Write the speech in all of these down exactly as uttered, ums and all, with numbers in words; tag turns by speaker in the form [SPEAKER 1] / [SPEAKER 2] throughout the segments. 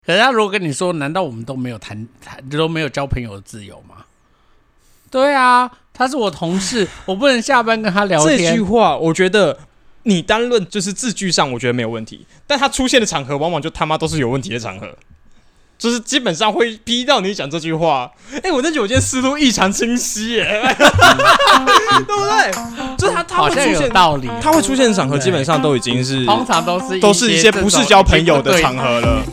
[SPEAKER 1] 可是他如果跟你说，难道我们都没有谈都没有交朋友的自由吗？对啊，他是我同事，我不能下班跟他聊天。
[SPEAKER 2] 这句话，我觉得你单论就是字句上，我觉得没有问题，但他出现的场合往往就他妈都是有问题的场合。就是基本上会逼到你讲这句话，哎、欸，我真觉得我今天思路异常清晰耶，对不对？就是他他会出现，
[SPEAKER 1] 好像有道理，
[SPEAKER 2] 他会出现的场合基本上都已经是，
[SPEAKER 1] 通常都是
[SPEAKER 2] 都是一些不是交朋友的场合了。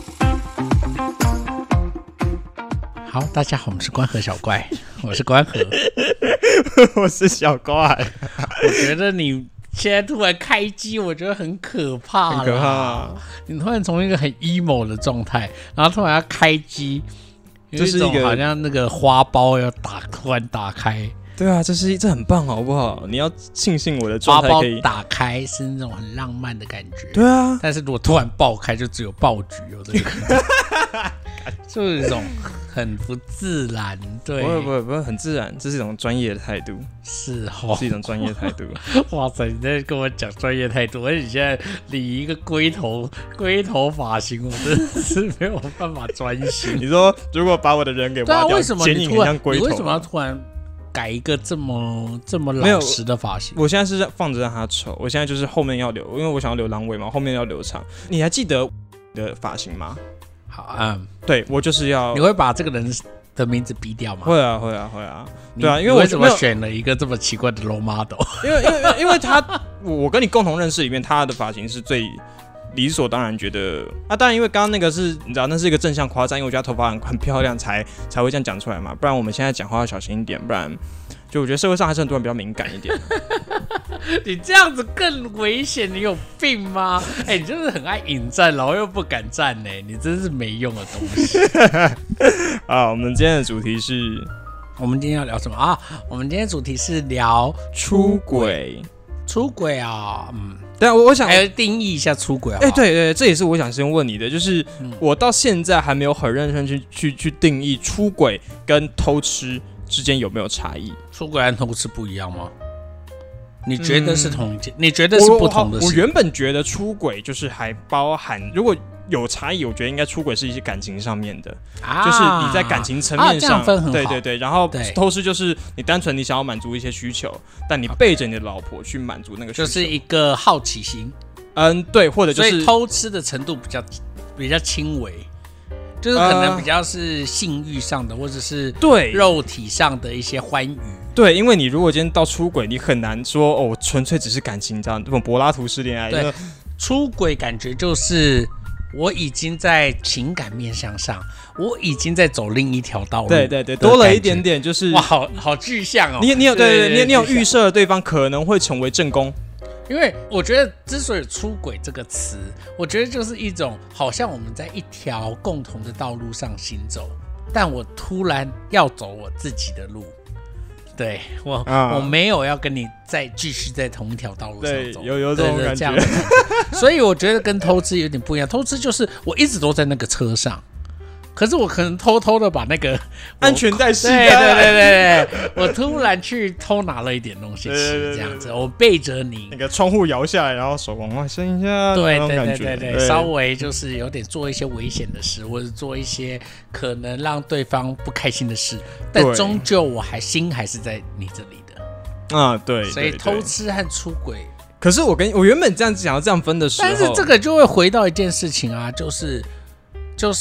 [SPEAKER 1] 好，大家好，我们是关河小怪，我是关河，
[SPEAKER 2] 我是小怪。
[SPEAKER 1] 我觉得你现在突然开机，我觉得很可怕，
[SPEAKER 2] 很可怕、啊。
[SPEAKER 1] 你突然从一个很 emo 的状态，然后突然要开机，
[SPEAKER 2] 就是一个
[SPEAKER 1] 好像那个花苞要打，突然打开。
[SPEAKER 2] 对啊，这是这很棒，好不好？你要庆幸我的状态可以
[SPEAKER 1] 花苞打开是那种很浪漫的感觉。
[SPEAKER 2] 对啊，
[SPEAKER 1] 但是如果突然爆开，就只有爆菊有这个，就是一种很不自然。对，
[SPEAKER 2] 不会不会不会，很自然，这是一种专业的态度。
[SPEAKER 1] 是哦，
[SPEAKER 2] 是一种专业态度。
[SPEAKER 1] 哇塞，你在跟我讲专业态度，而且你现在理一个龟头龟头发型，我真的是没有办法专心。
[SPEAKER 2] 你说如果把我的人给挖掉，剪影很像龟头，
[SPEAKER 1] 你为什么要突然改一个这么这么老实的发型？
[SPEAKER 2] 我现在是放着让它丑，我现在就是后面要留，因为我想要留狼尾嘛，后面要留长。你还记得你的发型吗？
[SPEAKER 1] 好，嗯，
[SPEAKER 2] 对我就是要。
[SPEAKER 1] 你会把这个人的名字逼掉吗？
[SPEAKER 2] 会啊，会啊，会啊。对啊，因为
[SPEAKER 1] 我为什么选了一个这么奇怪的 role model？
[SPEAKER 2] 因为因为因为他，我跟你共同认识里面，他的发型是最理所当然觉得啊。当然，因为刚刚那个是你知道，那是一个正向夸赞，因为我觉得他头发很很漂亮才，才才会这样讲出来嘛。不然我们现在讲话要小心一点，不然就我觉得社会上还是很多人比较敏感一点。
[SPEAKER 1] 你这样子更危险，你有病吗？哎、欸，你就是很爱引战，然后又不敢战呢、欸，你真是没用的东西。
[SPEAKER 2] 啊，我们今天的主题是，
[SPEAKER 1] 我们今天要聊什么啊？我们今天的主题是聊
[SPEAKER 2] 出轨。
[SPEAKER 1] 出轨啊，嗯，
[SPEAKER 2] 但我我想
[SPEAKER 1] 还要定义一下出轨啊。
[SPEAKER 2] 哎、欸，对对，这也是我想先问你的，就是、嗯、我到现在还没有很认真去去去定义出轨跟偷吃之间有没有差异？
[SPEAKER 1] 出轨和偷吃不一样吗？你觉得是同一件、嗯？你觉得是不同的事？
[SPEAKER 2] 我, 我原本觉得出轨就是还包含，如果有差异，我觉得应该出轨是一些感情上面的，啊、就是你在感情层面上，
[SPEAKER 1] 啊、分很好
[SPEAKER 2] 对对对。然后偷吃就是你单纯你想要满足一些需求，但你背着你的老婆去满足那个需求，
[SPEAKER 1] 就是一个好奇心。
[SPEAKER 2] 嗯，对，或者就是，
[SPEAKER 1] 所以偷吃的程度比较比较轻微。就是可能比较是性欲上的，呃、或者是对肉体上的一些欢愉。
[SPEAKER 2] 对，因为你如果今天到出轨，你很难说哦，纯粹只是感情这样，这种柏拉图式恋爱。
[SPEAKER 1] 对，出轨感觉就是我已经在情感面向上，我已经在走另一条道路。
[SPEAKER 2] 对对对，多了一点点，就是
[SPEAKER 1] 哇，好好具象哦。
[SPEAKER 2] 你你有对对对，你你有预设对方可能会成为正宫。
[SPEAKER 1] 因为我觉得，之所以出轨这个词，我觉得就是一种好像我们在一条共同的道路上行走，但我突然要走我自己的路，对我、啊、我没有要跟你再继续在同一条道路上走，
[SPEAKER 2] 有有这种感觉，
[SPEAKER 1] 对对这所以我觉得跟偷吃有点不一样，偷吃就是我一直都在那个车上。可是我可能偷偷的把那个
[SPEAKER 2] 安全带系
[SPEAKER 1] 开，对对对对，我突然去偷拿了一点东西吃，这样子，我背着你，
[SPEAKER 2] 那个窗户摇下来，然后手往外伸一下，
[SPEAKER 1] 对对对对对，稍微就是有点做一些危险的事，或者做一些可能让对方不开心的事，但终究我还心还是在你这里的
[SPEAKER 2] 啊，对，
[SPEAKER 1] 所以偷吃和出轨。
[SPEAKER 2] 可是我跟我原本这样想要这样分的时候，
[SPEAKER 1] 但是这个就会回到一件事情啊，就是就是。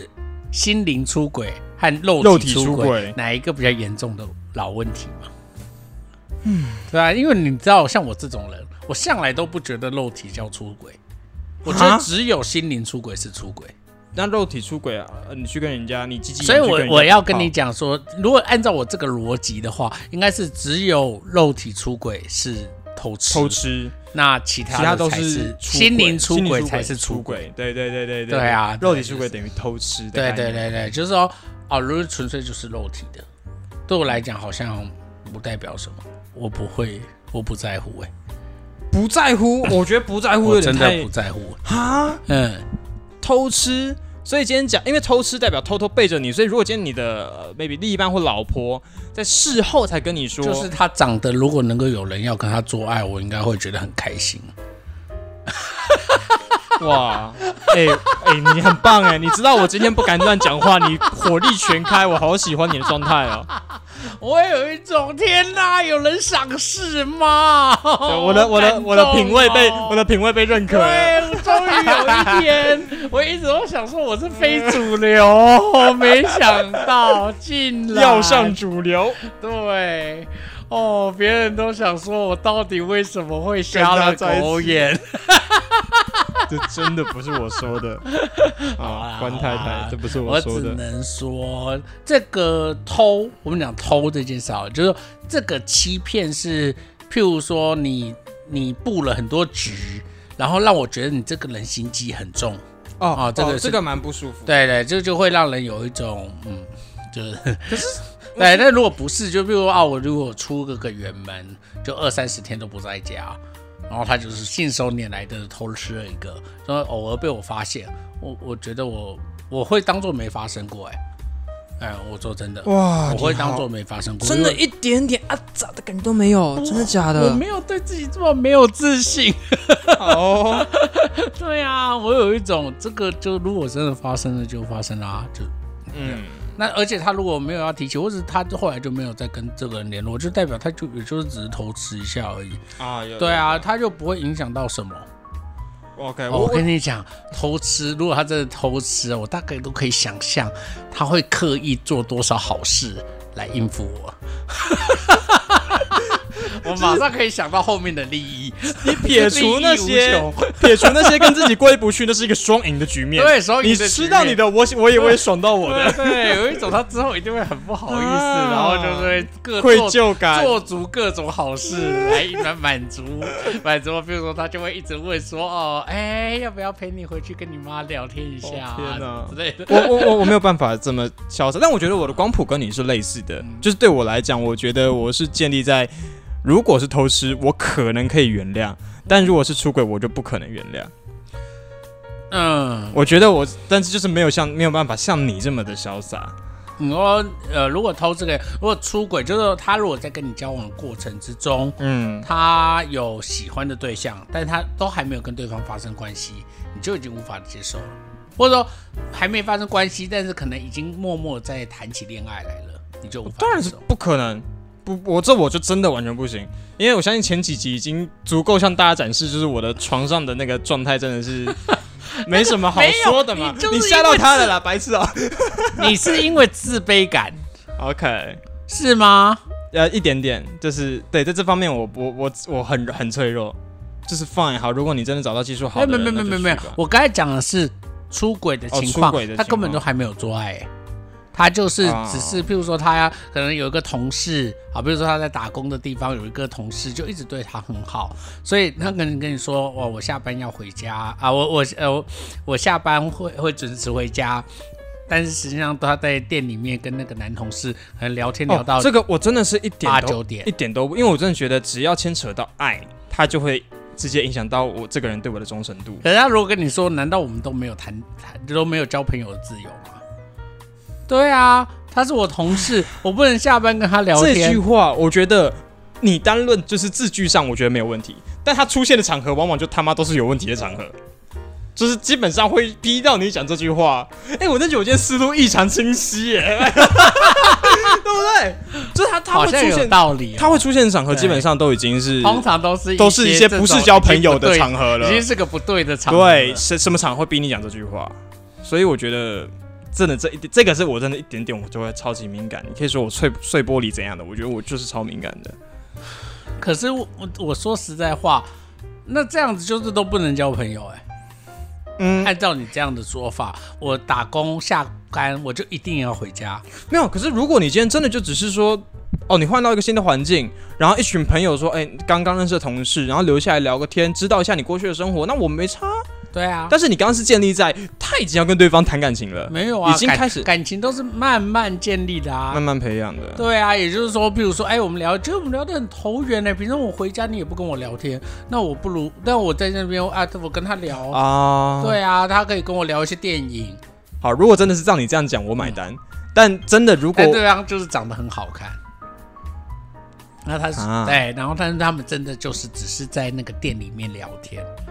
[SPEAKER 1] 心灵出轨和肉体出轨，哪一个比较严重的老问题嘛？嗯，对啊，因为你知道，像我这种人，我向来都不觉得肉体叫出轨，我觉得只有心灵出轨是出轨。
[SPEAKER 2] 那肉体出轨啊，你去跟人家，你鸡鸡，
[SPEAKER 1] 所以我我要跟你讲说，如果按照我这个逻辑的话，应该是只有肉体出轨是偷吃，
[SPEAKER 2] 偷吃。
[SPEAKER 1] 那其他的才是心灵出轨才是出轨，
[SPEAKER 2] 对对对对
[SPEAKER 1] 对对啊，
[SPEAKER 2] 肉体出轨等于偷吃的，
[SPEAKER 1] 对对对对，就是说哦，如果纯粹就是肉体的，对我来讲好像不代表什么，我不会，我不在乎哎、欸，
[SPEAKER 2] 不在乎，我觉得不在乎有点太，
[SPEAKER 1] 我真的不在乎
[SPEAKER 2] 啊，嗯，偷吃。所以今天讲，因为偷吃代表偷偷背着你，所以如果今天你的、呃、maybe 另一半或老婆在事后才跟你说，
[SPEAKER 1] 就是他长得如果能够有人要跟他做爱，我应该会觉得很开心。
[SPEAKER 2] 哇，哎、欸、哎、欸，你很棒哎！你知道我今天不敢乱讲话，你火力全开，我好喜欢你的状态哦。
[SPEAKER 1] 我有一种天哪，有人赏识吗？
[SPEAKER 2] 我的我的我的品味被我的品味被认可了。
[SPEAKER 1] 对，终于有一天，我一直都想说我是非主流，没想到竟然
[SPEAKER 2] 要上主流。
[SPEAKER 1] 对。哦，别人都想说我到底为什么会瞎了狗眼？
[SPEAKER 2] 这真的不是我说的啊，关太太，这不是我说的。
[SPEAKER 1] 我只能说，这个偷，我们讲偷这件事啊，就是这个欺骗是，譬如说你你布了很多局，然后让我觉得你这个人心机很重
[SPEAKER 2] 哦哦，这个、哦、这个蛮不舒服。
[SPEAKER 1] 对对，这就会让人有一种嗯，就是可是。对，但如果不是，就比如说啊，我如果出个个远门，就二三十天都不在家，然后他就是信手拈来的偷吃了一个，然后偶尔被我发现，我我觉得我我会当作没发生过、欸，哎，哎，我说真的，哇，我会当作没发生过，
[SPEAKER 2] 真的一点点啊咋的感觉都没有，真的假的？
[SPEAKER 1] 我没有对自己这么没有自信。哦，对啊，我有一种这个就如果真的发生了就发生啦、啊，就嗯。那而且他如果没有要提起，或者他后来就没有再跟这个人联络，就代表他就也就是只是偷吃一下而已啊。对啊，他就不会影响到什么。
[SPEAKER 2] OK，、
[SPEAKER 1] 哦、我跟你讲，偷吃，如果他真的偷吃，我大概都可以想象他会刻意做多少好事来应付我。我马上可以想到后面的利益。
[SPEAKER 2] 你撇除那些，撇除那些跟自己过意不去，那是一个双赢的局面。
[SPEAKER 1] 对，双赢的局面。
[SPEAKER 2] 你吃到你的，我我也会爽到我的。
[SPEAKER 1] 对，对有一种他之后一定会很不好意思，啊、然后就会各
[SPEAKER 2] 愧疚感，
[SPEAKER 1] 做足各种好事来满足满足。比如说，他就会一直问说：“哦，哎、欸，要不要陪你回去跟你妈聊天一下、啊？”天哪之类的。
[SPEAKER 2] 我我我我没有办法这么潇洒，但我觉得我的光谱跟你是类似的，嗯、就是对我来讲，我觉得我是建立在。如果是偷吃，我可能可以原谅；但如果是出轨，我就不可能原谅。嗯，我觉得我，但是就是没有像没有办法像你这么的潇洒。
[SPEAKER 1] 你说，呃，如果偷这个，如果出轨，就是他如果在跟你交往的过程之中，嗯，他有喜欢的对象，但是他都还没有跟对方发生关系，你就已经无法接受了，或者说还没发生关系，但是可能已经默默在谈起恋爱来了，你就无法接受。
[SPEAKER 2] 当然是不可能。不，我这我就真的完全不行，因为我相信前几集已经足够向大家展示，就是我的床上的那个状态真的是没什么好说的嘛。你吓到他了啦，白痴哦、
[SPEAKER 1] 喔！你是因为自卑感
[SPEAKER 2] ，OK，
[SPEAKER 1] 是吗？
[SPEAKER 2] 呃，一点点，就是对，在这方面我我我我很很脆弱，就是 fine 好。如果你真的找到技术好的人，
[SPEAKER 1] 没有没有没有没有，我刚才讲的是出轨的情况，
[SPEAKER 2] 哦、
[SPEAKER 1] 他根本都还没有做爱、欸。他就是只是，譬如说他可能有一个同事啊，比如说他在打工的地方有一个同事，就一直对他很好，所以他可能跟你说，哇，我下班要回家啊，我我呃我下班会会准时回家，但是实际上他在店里面跟那个男同事可能聊天聊到、
[SPEAKER 2] 哦、这个我真的是一点
[SPEAKER 1] 八九点，
[SPEAKER 2] 一点都不，因为我真的觉得只要牵扯到爱，他就会直接影响到我这个人对我的忠诚度。
[SPEAKER 1] 可是他如果跟你说，难道我们都没有谈都没有交朋友的自由吗？对啊，他是我同事，我不能下班跟他聊天。
[SPEAKER 2] 这句话，我觉得你单论就是字句上，我觉得没有问题，但他出现的场合，往往就他妈都是有问题的场合，就是基本上会逼到你讲这句话。哎、欸，我真觉得我今天思路异常清晰耶，对不对？就是他他会出现
[SPEAKER 1] 有道理、哦，
[SPEAKER 2] 他会出现的场合，基本上都已经是
[SPEAKER 1] 通常都是
[SPEAKER 2] 都是一些不是交朋友的场合了，
[SPEAKER 1] 已经是个不对的场合。
[SPEAKER 2] 对，什什么场合会逼你讲这句话？所以我觉得。真的这一点，这个是我真的一点点我就会超级敏感。你可以说我碎碎玻璃怎样的，我觉得我就是超敏感的。
[SPEAKER 1] 可是我我说实在话，那这样子就是都不能交朋友哎、欸。嗯，按照你这样的说法，我打工下班我就一定要回家。
[SPEAKER 2] 没有，可是如果你今天真的就只是说，哦，你换到一个新的环境，然后一群朋友说，哎、欸，刚刚认识的同事，然后留下来聊个天，知道一下你过去的生活，那我没差。
[SPEAKER 1] 对啊，
[SPEAKER 2] 但是你刚刚是建立在他已经要跟对方谈感情了，
[SPEAKER 1] 没有啊，
[SPEAKER 2] 已经开始
[SPEAKER 1] 感, 感情都是慢慢建立的啊，
[SPEAKER 2] 慢慢培养的。
[SPEAKER 1] 对啊，也就是说，比如说，哎，我们聊，觉得我们聊得很投缘呢。比如说我回家你也不跟我聊天，那我不如，那我在那边啊，我跟他聊啊，对啊，他可以跟我聊一些电影。
[SPEAKER 2] 好，如果真的是照你这样讲，我买单。嗯、但真的如果
[SPEAKER 1] 对方就是长得很好看，那他是、啊、对，然后但是他们真的就是只是在那个店里面聊天。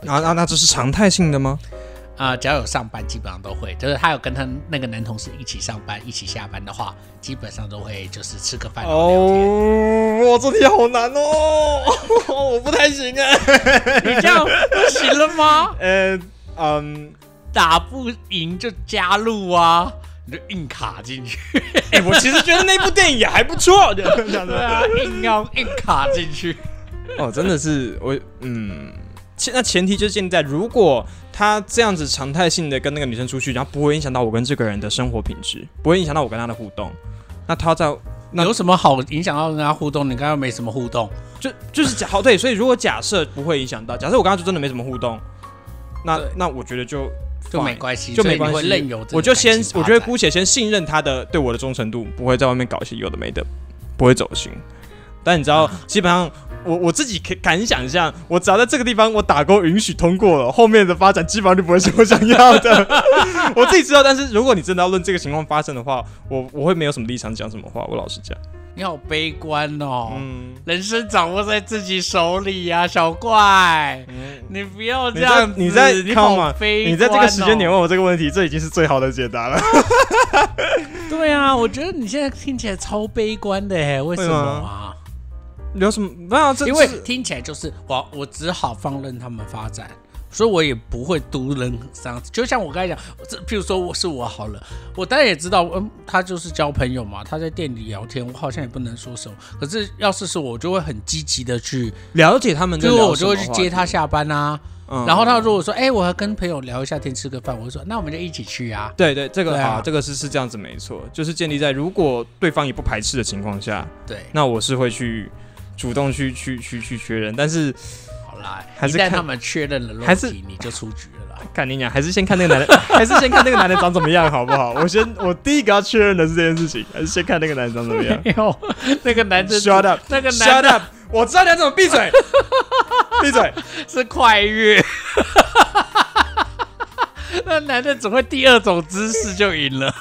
[SPEAKER 2] 啊，那那这是常态性的吗？
[SPEAKER 1] 啊、呃，只要有上班，基本上都会。就是他有跟他那个男同事一起上班、一起下班的话，基本上都会就是吃个饭聊聊天。
[SPEAKER 2] 哦，哇，这题好难哦，我不太行哎。
[SPEAKER 1] 你这样不行了吗？
[SPEAKER 2] 呃，嗯，
[SPEAKER 1] 打不赢就加入啊，你就硬卡进去。
[SPEAKER 2] 哎、欸，我其实觉得那部电影也还不错的。
[SPEAKER 1] 对啊，硬要硬卡进去。
[SPEAKER 2] 哦，真的是我，嗯。那前提就是建立在，如果他这样子常态性的跟那个女生出去，然后不会影响到我跟这个人的生活品质，不会影响到我跟他的互动，那他在那
[SPEAKER 1] 有什么好影响到跟他互动？你刚刚没什么互动，
[SPEAKER 2] 就就是假好对，所以如果假设不会影响到，假设我刚刚就真的没什么互动，那那我觉得就
[SPEAKER 1] 就没关系，
[SPEAKER 2] 就没关系，
[SPEAKER 1] 任由
[SPEAKER 2] 我就先我觉得姑且先信任他的对我的忠诚度，不会在外面搞一些有的没的，不会走心。但你知道，啊、基本上。我我自己敢想象，我只要在这个地方我打勾允许通过了，后面的发展基本上就不会是我想要的。我自己知道，但是如果你真的要论这个情况发生的话，我我会没有什么立场讲什么话。我老实讲，
[SPEAKER 1] 你好悲观哦。嗯，人生掌握在自己手里呀、啊，小怪。嗯，你不要这样子。
[SPEAKER 2] 你在
[SPEAKER 1] 你好悲观、哦、
[SPEAKER 2] 你在这个时间点问我这个问题，这已经是最好的解答了。
[SPEAKER 1] 对啊，我觉得你现在听起来超悲观的耶，为什么啊？
[SPEAKER 2] 有什么？没有，这
[SPEAKER 1] 因为听起来就是我，我只好放任他们发展，所以我也不会独人上。就像我刚才讲，譬如说我是我好了，我当然也知道，嗯，他就是交朋友嘛，他在店里聊天，我好像也不能说什么。可是要是是我，我就会很积极的去
[SPEAKER 2] 了解他们在聊什么，
[SPEAKER 1] 就我就会去接他下班啊。嗯、然后他如果说，哎、欸，我要跟朋友聊一下天，吃个饭，我就说，那我们就一起去啊。
[SPEAKER 2] 对对，这个好、啊，这个是是这样子没错，就是建立在如果对方也不排斥的情况下，
[SPEAKER 1] 对，
[SPEAKER 2] 那我是会去。主动去去去去确认，但是
[SPEAKER 1] 好啦，还是一旦他们确认了肉体，你就出局了啦。
[SPEAKER 2] 看你讲，还是先看那个男的，还是先看那个男的长怎么样，好不好？我先，我第一个要确认的是这件事情，还是先看那个男的长怎么样？
[SPEAKER 1] 没有，那个男的
[SPEAKER 2] ，shut up，
[SPEAKER 1] 那个男的
[SPEAKER 2] ，shut up， 我知道你要怎么闭嘴，闭嘴，
[SPEAKER 1] 是快乐。那男的只会第二种姿势就赢了。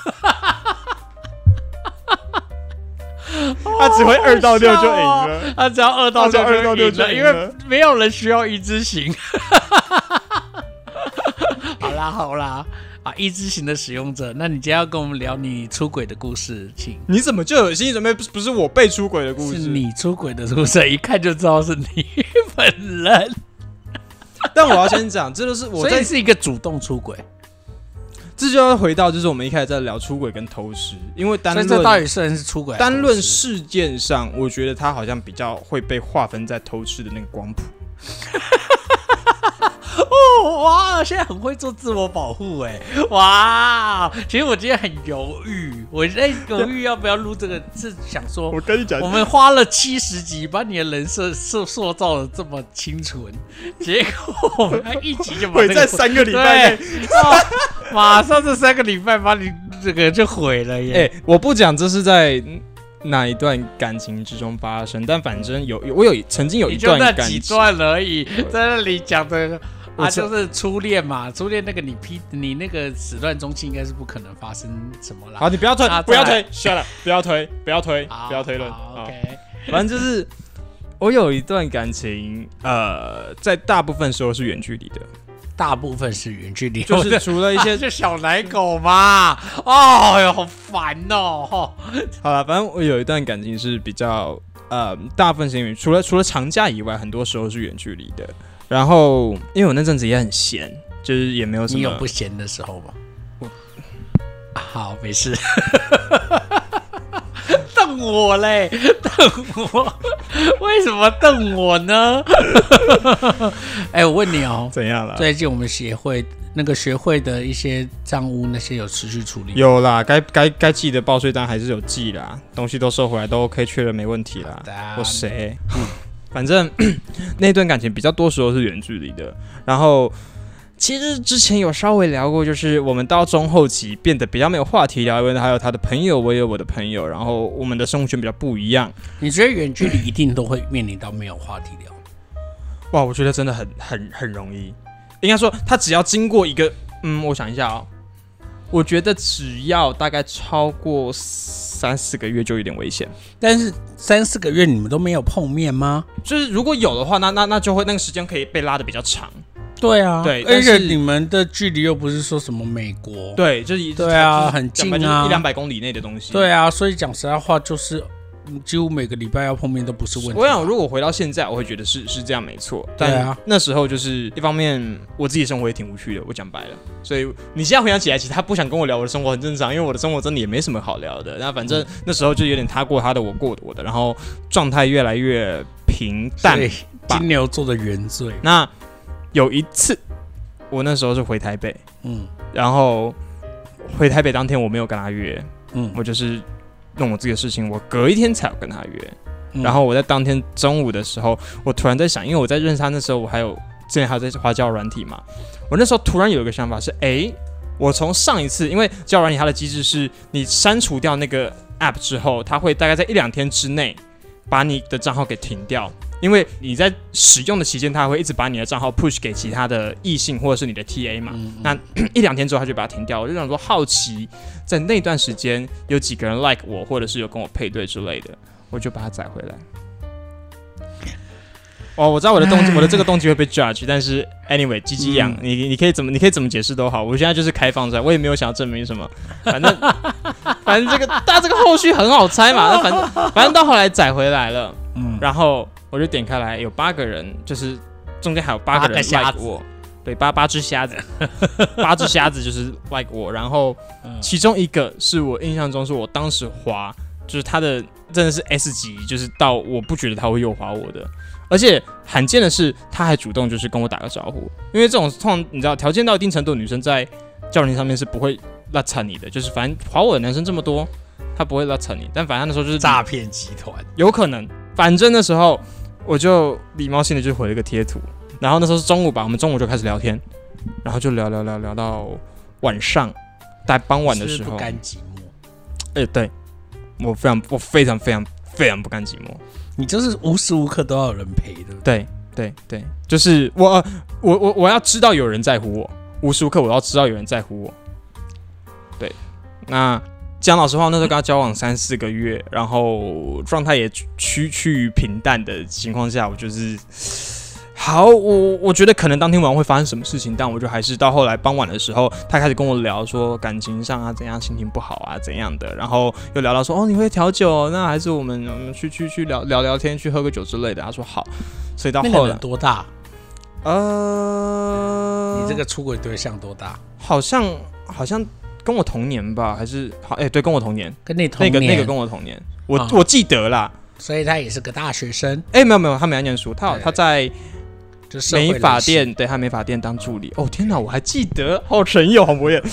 [SPEAKER 2] 他只会二到六就赢了，
[SPEAKER 1] 哦、他只要二到六就赢了，因为没有人需要一之型。好啦好啦，啊，一之型的使用者，那你今天要跟我们聊你出轨的故事，请。
[SPEAKER 2] 你怎么就有心理准备？不是我被出轨的故事，
[SPEAKER 1] 是你出轨的故事，一看就知道是你本人。
[SPEAKER 2] 但我要先讲，这就是我在，
[SPEAKER 1] 所以是一个主动出轨。
[SPEAKER 2] 这就要回到，就是我们一开始在聊出轨跟偷吃，因为单论
[SPEAKER 1] 这到底算是出轨？
[SPEAKER 2] 单论事件上，我觉得他好像比较会被划分在偷吃的那个光谱。
[SPEAKER 1] 哦哇，现在很会做自我保护哎，哇！其实我今天很犹豫，我在犹豫要不要录这个，是想说，
[SPEAKER 2] 我跟你讲，
[SPEAKER 1] 我们花了七十集把你的人设塑塑造的这么清纯，结果我们一集就把
[SPEAKER 2] 毁在三个礼拜内，
[SPEAKER 1] 马上这三个礼拜把你这个就毁了耶！哎、
[SPEAKER 2] 欸，我不讲这是在哪一段感情之中发生，但反正有我有曾经有一段感情，
[SPEAKER 1] 你就那几段而已，在那里讲的。啊，就是初恋嘛，初恋那个你批你那个始乱终弃，应该是不可能发生什么啦。
[SPEAKER 2] 好，你不要推，啊、不要推 ，shut up， 不要推，不要推，不要推论。
[SPEAKER 1] OK，
[SPEAKER 2] 反正就是我有一段感情，呃，在大部分时候是远距离的，
[SPEAKER 1] 大部分是远距离，
[SPEAKER 2] 就是除了一些、啊、
[SPEAKER 1] 就小奶狗嘛。哦哟，好烦哦。
[SPEAKER 2] 好了，反正我有一段感情是比较呃，大部分是远，除了除了长假以外，很多时候是远距离的。然后，因为我那阵子也很闲，就是也没有什么。
[SPEAKER 1] 你有不闲的时候吗？我好，没事。瞪我嘞，瞪我，为什么瞪我呢？哎、欸，我问你哦，
[SPEAKER 2] 怎样了？
[SPEAKER 1] 最近我们协会那个学会的一些账务那些有持续处理？
[SPEAKER 2] 有啦，该该该寄的报税单还是有寄啦，东西都收回来，都 OK 确认没问题啦。我谁？反正那段感情比较多时候是远距离的，然后其实之前有稍微聊过，就是我们到中后期变得比较没有话题聊，因为还有他的朋友，我也有我的朋友，然后我们的生活圈比较不一样。
[SPEAKER 1] 你觉得远距离一定都会面临到没有话题聊？
[SPEAKER 2] 哇，我觉得真的很很很容易。应该说，他只要经过一个，嗯，我想一下哦，我觉得只要大概超过三四个月就有点危险。
[SPEAKER 1] 但是三四个月你们都没有碰面吗？
[SPEAKER 2] 就是如果有的话，那那那就会那个时间可以被拉得比较长。
[SPEAKER 1] 对啊，
[SPEAKER 2] 对，
[SPEAKER 1] 而且你们的距离又不是说什么美国，
[SPEAKER 2] 对，就是
[SPEAKER 1] 对啊，很近啊，
[SPEAKER 2] 一两百公里内的东西。
[SPEAKER 1] 对啊，所以讲实在话，就是几乎每个礼拜要碰面都不是问题。
[SPEAKER 2] 我想，如果回到现在，我会觉得是是这样没错。但那时候就是一方面，我自己生活也挺无趣的，我讲白了。所以你现在回想起来，其实他不想跟我聊我的生活很正常，因为我的生活真的也没什么好聊的。那反正、嗯、那时候就有点他过他的，我过我的，然后状态越来越平淡。
[SPEAKER 1] 金牛座的原罪。
[SPEAKER 2] 那有一次，我那时候是回台北，嗯，然后回台北当天我没有跟他约，嗯，我就是弄我自己的事情，我隔一天才有跟他约。嗯、然后我在当天中午的时候，我突然在想，因为我在认识他那时候，我还有之前还有在花交友软体嘛，我那时候突然有一个想法是，哎，我从上一次，因为交友软体它的机制是你删除掉那个 app 之后，它会大概在一两天之内把你的账号给停掉。因为你在使用的期间，他会一直把你的账号 push 给其他的异性或者是你的 T A 嘛。嗯嗯那一两天之后，他就把它停掉。我就想说，好奇在那段时间有几个人 like 我，或者是有跟我配对之类的，我就把它载回来。哦，我知道我的动机，我的这个动机会被 judge， 但是 anyway， 鸡鸡痒，你你可以怎么你可以怎么解释都好，我现在就是开放出来，我也没有想要证明什么，反正反正这个但这个后续很好猜嘛，那反正反正到后来载回来了，嗯，然后。我就点开来，有八个人，就是中间还有八个人 like 我，对，八八只瞎子，八只瞎子就是 like 我，然后其中一个是我印象中是我当时滑，就是他的真的是 S 级，就是到我不觉得他会右滑我的，而且罕见的是他还主动就是跟我打个招呼，因为这种通常你知道条件到一定程度的女生在交友软件上面是不会拉扯你的，就是反正滑我的男生这么多，他不会拉扯你，但反正那时候就是
[SPEAKER 1] 诈骗集团，
[SPEAKER 2] 有可能，反正那时候。我就礼貌性的就回了一个贴图，然后那时候是中午吧，我们中午就开始聊天，然后就聊聊聊聊到晚上，大概傍晚的时候，是不是
[SPEAKER 1] 不甘寂寞？
[SPEAKER 2] 哎、欸，对，我非常我非常非常非常不甘寂寞。
[SPEAKER 1] 你就是无时无刻都要有人陪的，
[SPEAKER 2] 对对对，就是我我我我要知道有人在乎我，无时无刻我要知道有人在乎我。对，那。讲老实话，那时候跟他交往三四个月，然后状态也趋趋于平淡的情况下，我就是好，我我觉得可能当天晚上会发生什么事情，但我就还是到后来傍晚的时候，他开始跟我聊说感情上啊怎样，心情不好啊怎样的，然后又聊到说哦你会调酒，那还是我们我们去去去聊聊聊天，去喝个酒之类的。他说好，所以到后来
[SPEAKER 1] 那个人多大？
[SPEAKER 2] 呃，
[SPEAKER 1] 你这个出轨对象多大？
[SPEAKER 2] 好像好像。跟我同年吧，还是好？哎、欸，对，跟我同年，
[SPEAKER 1] 跟你同年，
[SPEAKER 2] 那个那个跟我同年，我、哦、我记得啦。
[SPEAKER 1] 所以他也是个大学生。
[SPEAKER 2] 哎、欸，没有没有，他没在念书，他他在美发店，对他美发店当助理。哦天哪，我还记得，好诚意哦，黄博彦。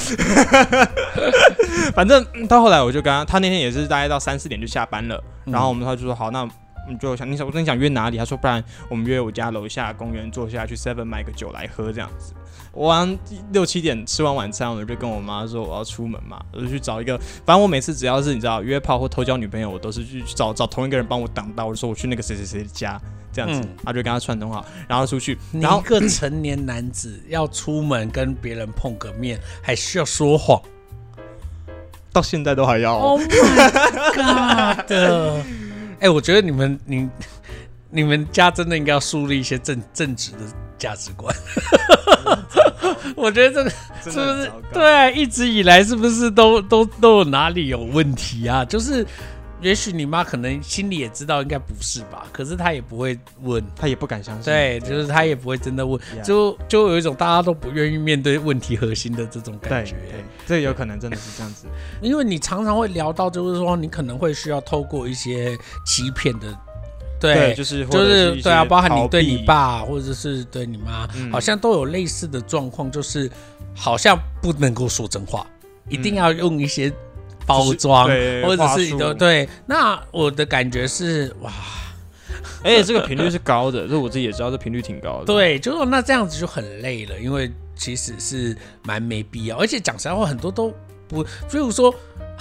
[SPEAKER 2] 反正到后来我就跟他，他那天也是大概到三四点就下班了，嗯、然后我们他就说好，那你就想你想我跟你想约哪里？他说不然我们约我家楼下公园坐下去 seven 买个酒来喝这样子。我晚上六七点吃完晚餐，我就跟我妈说我要出门嘛，我就去找一个，反正我每次只要是你知道约炮或偷交女朋友，我都是去找找同一个人帮我挡到，我就说我去那个谁谁谁的家这样子，嗯、然后就跟他串通好，然后出去。然后
[SPEAKER 1] 你一个成年男子要出门跟别人碰个面，还需要说谎，
[SPEAKER 2] 到现在都还要。
[SPEAKER 1] Oh my god！ 哎、欸，我觉得你们你你们家真的应该要树立一些正正直的价值观。我觉得这个是不是对啊？一直以来是不是都都都有哪里有问题啊？就是也许你妈可能心里也知道应该不是吧，可是她也不会问，
[SPEAKER 2] 她也不敢相信。
[SPEAKER 1] 对，就是她也不会真的问， yeah. 就就有一种大家都不愿意面对问题核心的这种感觉。
[SPEAKER 2] 对，对这有可能真的是这样子，
[SPEAKER 1] 因为你常常会聊到，就是说你可能会需要透过一些欺骗的。对，
[SPEAKER 2] 对，就是
[SPEAKER 1] 就是对啊，包含你对你爸或者是对你妈，嗯、好像都有类似的状况，就是好像不能够说真话，嗯、一定要用一些包装，就是、或者是对对。那我的感觉是哇，
[SPEAKER 2] 而且这个频率是高的，这我自己也知道，这频率挺高的。
[SPEAKER 1] 对，就是说那这样子就很累了，因为其实是蛮没必要，而且讲实在话，很多都不，比如说。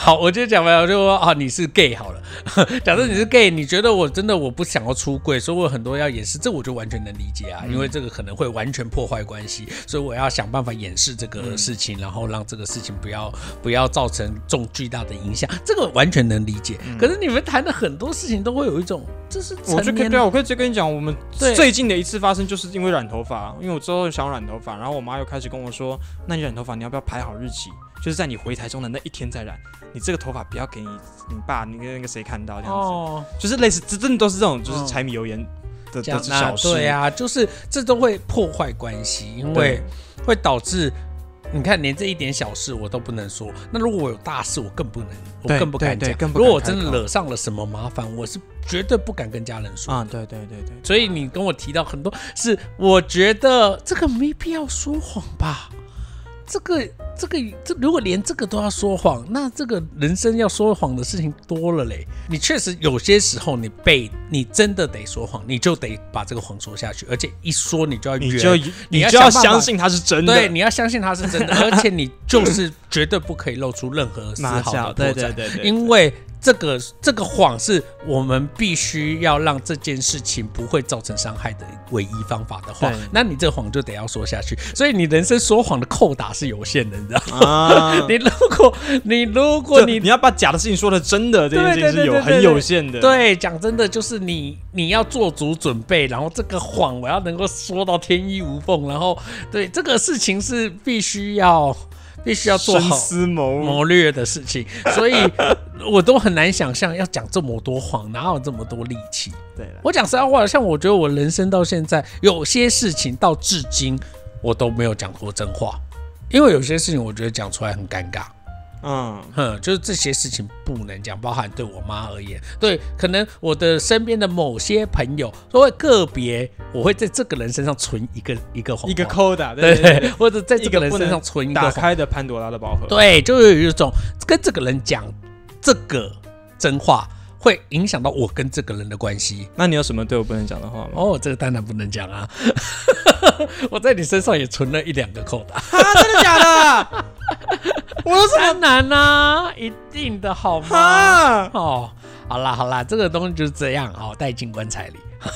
[SPEAKER 1] 好，我就讲完，我就说啊，你是 gay 好了。假设你是 gay， 你觉得我真的我不想要出柜，所以我有很多要掩饰，这我就完全能理解啊，嗯、因为这个可能会完全破坏关系，所以我要想办法掩饰这个事情，嗯、然后让这个事情不要不要造成重巨大的影响，这个完全能理解。嗯、可是你们谈的很多事情都会有一种，这是
[SPEAKER 2] 我就可以对啊，我可以直接跟你讲，我们最近的一次发生就是因为染头发，因为我之后想染头发，然后我妈又开始跟我说，那你染头发你要不要排好日期？就是在你回台中的那一天再染，你这个头发不要给你你爸、你跟那个谁看到这样子，哦、就是类似，真的都是这种就是柴米油盐的、的小事。
[SPEAKER 1] 对啊，就是这都会破坏关系，因为会导致你看连这一点小事我都不能说，那如果我有大事我更不能，我更不敢讲。如果我真的惹上了什么麻烦，我是绝对不敢跟家人说
[SPEAKER 2] 啊。对对对对，
[SPEAKER 1] 所以你跟我提到很多是，我觉得这个没必要说谎吧。这个这个这如果连这个都要说谎，那这个人生要说谎的事情多了嘞。你确实有些时候你被你真的得说谎，你就得把这个谎说下去，而且一说你就要
[SPEAKER 2] 你就你就要相信它是真的，
[SPEAKER 1] 对，你要相信它是真的，而且你就是绝对不可以露出任何丝毫的破绽，对对对对，因为。这个这个谎是我们必须要让这件事情不会造成伤害的唯一方法的话，那你这个谎就得要说下去。所以你人生说谎的扣打是有限的，你知道吗？啊、你如果你如果你
[SPEAKER 2] 你要把假的事情说的真的，这件事情是有很有限的。
[SPEAKER 1] 对，讲真的就是你你要做足准备，然后这个谎我要能够说到天衣无缝，然后对这个事情是必须要。必须要做好
[SPEAKER 2] 深思
[SPEAKER 1] 谋略的事情，所以我都很难想象要讲这么多谎，哪有这么多力气？对了，我讲实在话，像我觉得我人生到现在，有些事情到至今我都没有讲过真话，因为有些事情我觉得讲出来很尴尬。嗯哼，就是这些事情不能讲，包含对我妈而言，对，可能我的身边的某些朋友，所谓个别，我会在这个人身上存一个一个谎话，
[SPEAKER 2] 一个扣打，对对 对, 对，
[SPEAKER 1] 或者在这个人身上存一个
[SPEAKER 2] 打开的潘多拉的宝盒，
[SPEAKER 1] 对，就有一种跟这个人讲这个真话。会影响到我跟这个人的关系。
[SPEAKER 2] 那你有什么对我不能讲的话吗？
[SPEAKER 1] 哦，这个当然不能讲啊！我在你身上也存了一两个扣打。
[SPEAKER 2] 啊，真的假的？
[SPEAKER 1] 我有什么难啊？一定的好吗？哦，好啦好啦，这个东西就是这样，好，带进棺材里。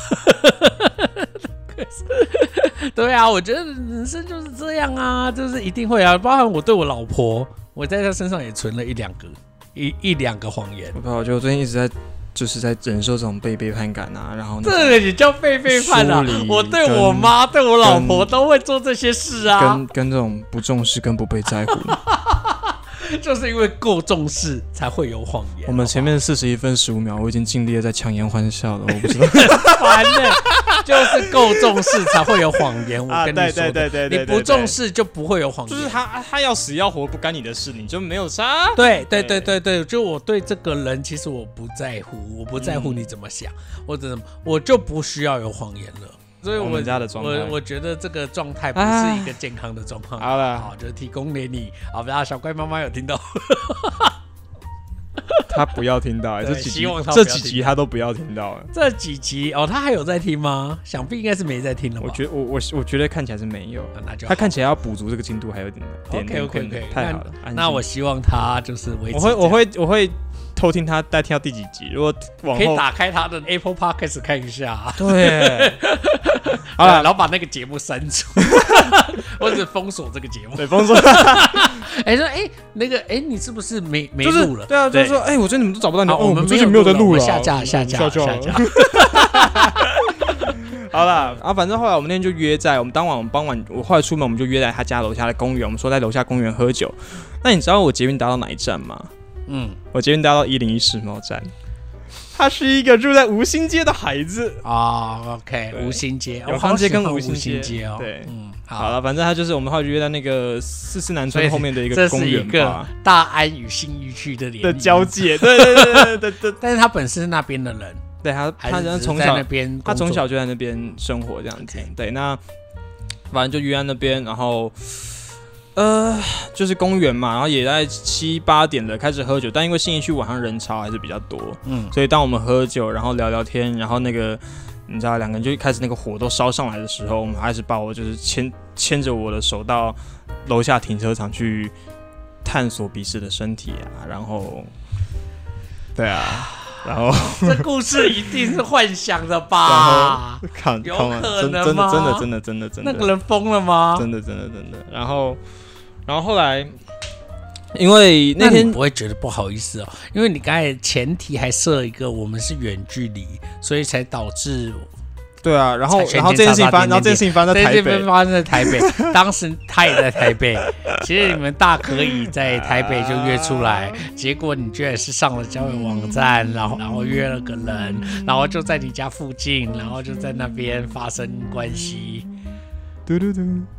[SPEAKER 1] 对啊，我觉得人生就是这样啊，就是一定会啊。包含我对我老婆，我在她身上也存了一两个。一一两个谎言，
[SPEAKER 2] 我觉得我最近一直在就是在忍受这种被背叛感啊，然后
[SPEAKER 1] 这个也叫被背叛啊！我对我妈、对我老婆都会做这些事啊，
[SPEAKER 2] 跟跟这种不重视跟不被在乎，
[SPEAKER 1] 就是因为够重视才会有谎言。
[SPEAKER 2] 我们前面四十一分十五秒，我已经尽力的在强颜欢笑了，我不知道，
[SPEAKER 1] 烦的，就是够重视才会有谎言。我跟你说的，啊、对对对对对对，你不重视就不会有谎言。
[SPEAKER 2] 就是他他要死要活不干你的事，你就没有差。
[SPEAKER 1] 对对对对对，就我对这个人其实我不在乎，我不在乎你怎么想，我怎么我就不需要有谎言了。所以我，
[SPEAKER 2] 我们家的状态，
[SPEAKER 1] 我我觉得这个状态不是一个健康的状况。
[SPEAKER 2] 好了，
[SPEAKER 1] 好，就提供给你。好，不要小乖妈妈有听到，
[SPEAKER 2] 他不要听到、欸，这几集这几集他都不要听到了。
[SPEAKER 1] 这几集哦，他还有在听吗？想必应该是没在听了吧。
[SPEAKER 2] 我觉得我我我觉得看起来是没有，
[SPEAKER 1] 啊、那就
[SPEAKER 2] 他看起来要补足这个进度还有点点
[SPEAKER 1] OK OK OK，
[SPEAKER 2] 太好了。
[SPEAKER 1] 那, 那我希望他就是维持。
[SPEAKER 2] 我会我会我会。偷听他待听到第几集，如果往后
[SPEAKER 1] 可以打开他的 Apple Podcast 看一下、啊。
[SPEAKER 2] 对，
[SPEAKER 1] 好了，然后把那个节目删除，或者封锁这个节目。
[SPEAKER 2] 对，封锁。
[SPEAKER 1] 哎、欸，说哎、欸，那个哎、欸，你是不是没没录了、就是？
[SPEAKER 2] 对啊，就是说哎、欸，我觉得你们都找不到你，
[SPEAKER 1] 哦，我们
[SPEAKER 2] 最近没有在录了，
[SPEAKER 1] 下架下架下架。下架
[SPEAKER 2] 好了，啊，反正后来我们那天就约在我们当晚，我们傍晚，我后来出门我们就约在他家楼下的公园，我们说在楼下公园喝酒。那你知道我捷运搭到哪一站吗？嗯，我捷运搭到一零一世贸站。他是一个住在吴兴街的孩子
[SPEAKER 1] 啊、哦、，OK， 吴兴街，
[SPEAKER 2] 永康街跟吴兴
[SPEAKER 1] 街, 街哦，
[SPEAKER 2] 对，
[SPEAKER 1] 嗯，
[SPEAKER 2] 好了，反正他就是我们后来约在那个四四南村后面的一个公园吧，这是一个
[SPEAKER 1] 大安与信义区的联
[SPEAKER 2] 的交界，对对对对对对。
[SPEAKER 1] 但是他本身是那边的人，
[SPEAKER 2] 对他，他从小那边，他从小就在那边生活这样子， okay. 对，那反正就约在那边，然后。呃，就是公园嘛，然后也在七八点了开始喝酒，但因为信义区晚上人潮还是比较多，嗯，所以当我们喝酒，然后聊聊天，然后那个你知道两个人就一开始那个火都烧上来的时候，我们还是把我就是牵牵着我的手到楼下停车场去探索彼此的身体啊，然后，对啊，然后
[SPEAKER 1] 这故事一定是幻想的吧？
[SPEAKER 2] 看，
[SPEAKER 1] 有可能吗？
[SPEAKER 2] 真的真的真的真的，
[SPEAKER 1] 那个人疯了吗？
[SPEAKER 2] 真的真的真的。然后，然后后来。因为那天
[SPEAKER 1] 那你不会觉得不好意思哦，因为你刚才前提还设一个我们是远距离，所以才导致
[SPEAKER 2] 对啊，然后然后这件事情发，然后这件事情发生在台北，
[SPEAKER 1] 这件事情发生在台北，当时他也在台北，其实你们大可以在台北就约出来，结果你居然是上了交友网站，然后然后约了个人，然后就在你家附近，然后就在那边发生关系，
[SPEAKER 2] 嘟嘟嘟。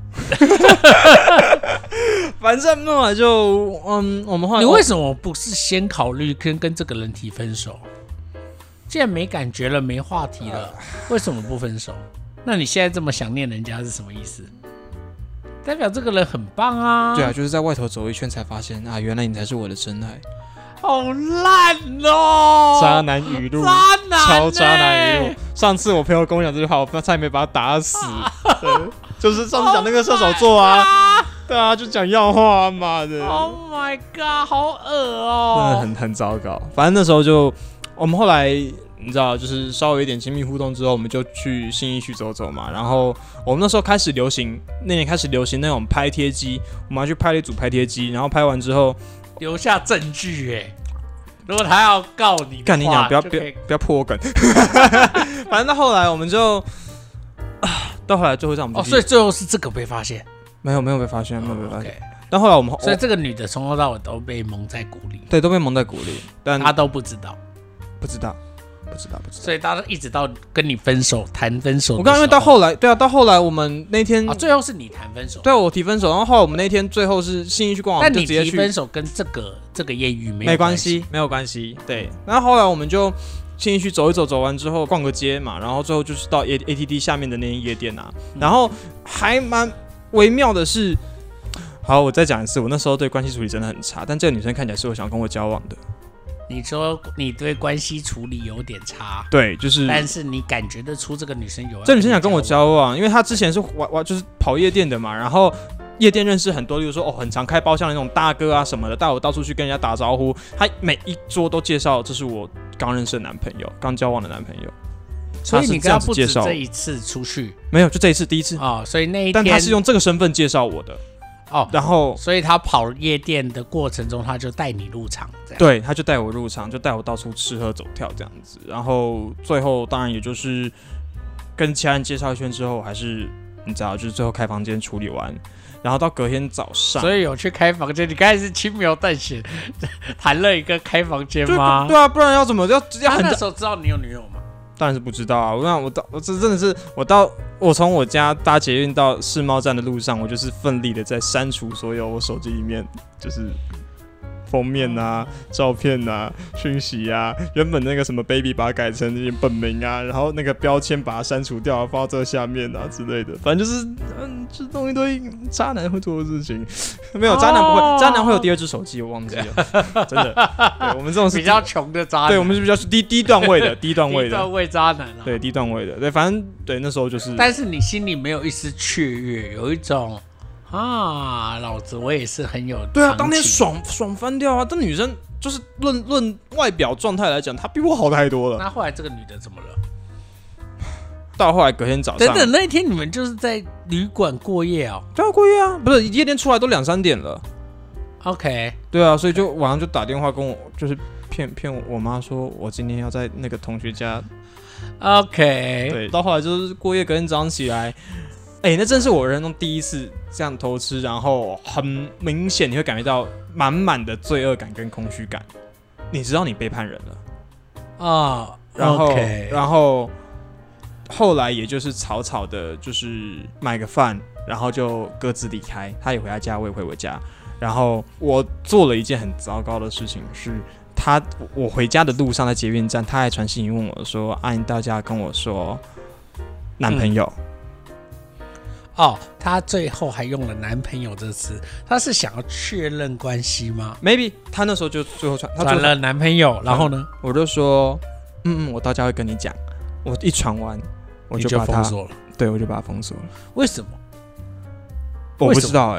[SPEAKER 2] 反正后来就嗯，我们后来
[SPEAKER 1] 你为什么不是先考虑跟跟这个人提分手？既然没感觉了，没话题了，为什么不分手？那你现在这么想念人家是什么意思？代表这个人很棒啊！
[SPEAKER 2] 对啊，就是在外头走一圈才发现啊，原来你才是我的真爱。
[SPEAKER 1] 好烂哦！
[SPEAKER 2] 渣男语录，
[SPEAKER 1] 渣男、欸，
[SPEAKER 2] 超渣男语录。上次我朋友跟我讲这句话，我差点没把他打死。对，就是上次讲那个射手座啊， oh 对啊，就讲要话，妈的
[SPEAKER 1] ！Oh my god， 好恶哦！
[SPEAKER 2] 真的很很糟糕。反正那时候就，我们后来你知道，就是稍微有一点亲密互动之后，我们就去信义区走走嘛。然后我们那时候开始流行，那年开始流行那种拍贴机，我们要去拍了一组拍贴机，然后拍完之后。
[SPEAKER 1] 留下证据哎！如果他要告你，
[SPEAKER 2] 干你讲，不要不要不要破我梗。反正到后来我们就，啊，到后来最后让我们
[SPEAKER 1] 哦，所以最后是这个被发现，
[SPEAKER 2] 没有没有被发现，没有被发现。
[SPEAKER 1] Okay.
[SPEAKER 2] 但后来我们，
[SPEAKER 1] 所以这个女的从头到尾都被蒙在鼓里，
[SPEAKER 2] 对，都被蒙在鼓里，但
[SPEAKER 1] 她都不知道，
[SPEAKER 2] 不知道。不知道，不知道，
[SPEAKER 1] 所以他一直到跟你分手谈分手。
[SPEAKER 2] 我刚刚因为到后来，对啊，到后来我们那天
[SPEAKER 1] 啊，最后是你谈分手，
[SPEAKER 2] 对啊，我提分手，然后后来我们那天最后是信义区逛完，
[SPEAKER 1] 但你
[SPEAKER 2] 就直接去
[SPEAKER 1] 提分手跟这个这个艳遇没有
[SPEAKER 2] 没关系，没有关系，对。然后后来我们就信义区走一走，走完之后逛个街嘛，然后最后就是到 A T D 下面的那间夜店啊，然后还蛮微妙的是，好，我再讲一次，我那时候对关系处理真的很差，但这个女生看起来是我想要跟我交往的。
[SPEAKER 1] 你说你对关系处理有点差，
[SPEAKER 2] 对，就是，
[SPEAKER 1] 但是你感觉得出这个女生有
[SPEAKER 2] 这女生想跟我交往，因为她之前是玩玩就是跑夜店的嘛，然后夜店认识很多，例如说哦很常开包厢的那种大哥啊什么的，带我到处去跟人家打招呼，她每一桌都介绍这是我刚认识的男朋友，刚交往的男朋友。
[SPEAKER 1] 所以你跟他不止这一次出去，
[SPEAKER 2] 没有，就这一次第一次
[SPEAKER 1] 哦，所以那一天，
[SPEAKER 2] 但他是用这个身份介绍我的。
[SPEAKER 1] 哦，
[SPEAKER 2] 然后，
[SPEAKER 1] 所以他跑夜店的过程中，他就带你入场，这样。
[SPEAKER 2] 对，他就带我入场，就带我到处吃喝走跳这样子。然后最后当然也就是跟其他人介绍一圈之后，还是你知道，就是最后开房间处理完，然后到隔天早上，
[SPEAKER 1] 所以有去开房间。你刚才是轻描淡写谈了一个开房间吗？
[SPEAKER 2] 对啊，不然要怎么要要很？
[SPEAKER 1] 他那时候知道你有女友吗？
[SPEAKER 2] 当然是不知道啊！我让我到我这真的是我到我从我家搭捷运到世贸站的路上，我就是奋力的在删除所有我手机里面就是封面啊、照片啊、讯息啊，原本那个什么 baby 把它改成那些本名啊，然后那个标签把它删除掉，放到这下面啊之类的，反正就是嗯，就弄一堆渣男会做的事情。没有渣男不会，哦、渣男会有第二只手机，我忘记了，真的。对我们这种是
[SPEAKER 1] 比较穷的渣男，
[SPEAKER 2] 对我们是比较低低段位的，低段位的，
[SPEAKER 1] 低段位渣男、啊，
[SPEAKER 2] 对低段位的，对，反正对那时候就是。
[SPEAKER 1] 但是你心里没有一丝雀跃，有一种。啊，老子我也是很有
[SPEAKER 2] 对啊，当天爽爽翻掉啊！但女生就是论论外表状态来讲，她比我好太多了。
[SPEAKER 1] 那后来这个女的怎么了？
[SPEAKER 2] 到后来隔天早上，
[SPEAKER 1] 等等，那一天你们就是在旅馆过夜哦？
[SPEAKER 2] 对啊，过夜啊，不是夜店出来都两三点了。
[SPEAKER 1] OK，
[SPEAKER 2] 对啊，所以就晚上就打电话跟我，就是骗骗我妈说我今天要在那个同学家。
[SPEAKER 1] OK，
[SPEAKER 2] 对，到后来就是过夜，隔天早上起来。哎、欸，那真是我人生中第一次这样偷吃，然后很明显你会感觉到满满的罪恶感跟空虚感。你知道你背叛人了
[SPEAKER 1] 啊，
[SPEAKER 2] 然后、
[SPEAKER 1] okay.
[SPEAKER 2] 然后后来也就是草草的，就是买个饭，然后就各自离开。他也回他家，我也回我家。然后我做了一件很糟糕的事情，是他我回家的路上在捷运站，他还传信息问我说：“啊，你到家跟我说男朋友。嗯”
[SPEAKER 1] 哦，他最后还用了男朋友这词，他是想要确认关系吗
[SPEAKER 2] ？Maybe 他那时候就最后传，他
[SPEAKER 1] 传了男朋友，然后呢，
[SPEAKER 2] 我就说，嗯嗯，我到家会跟你讲。我一传完，我就把他
[SPEAKER 1] 封锁了，
[SPEAKER 2] 对，我就把他封锁了。
[SPEAKER 1] 为什么？
[SPEAKER 2] 我不知道哎、欸，
[SPEAKER 1] 为什么？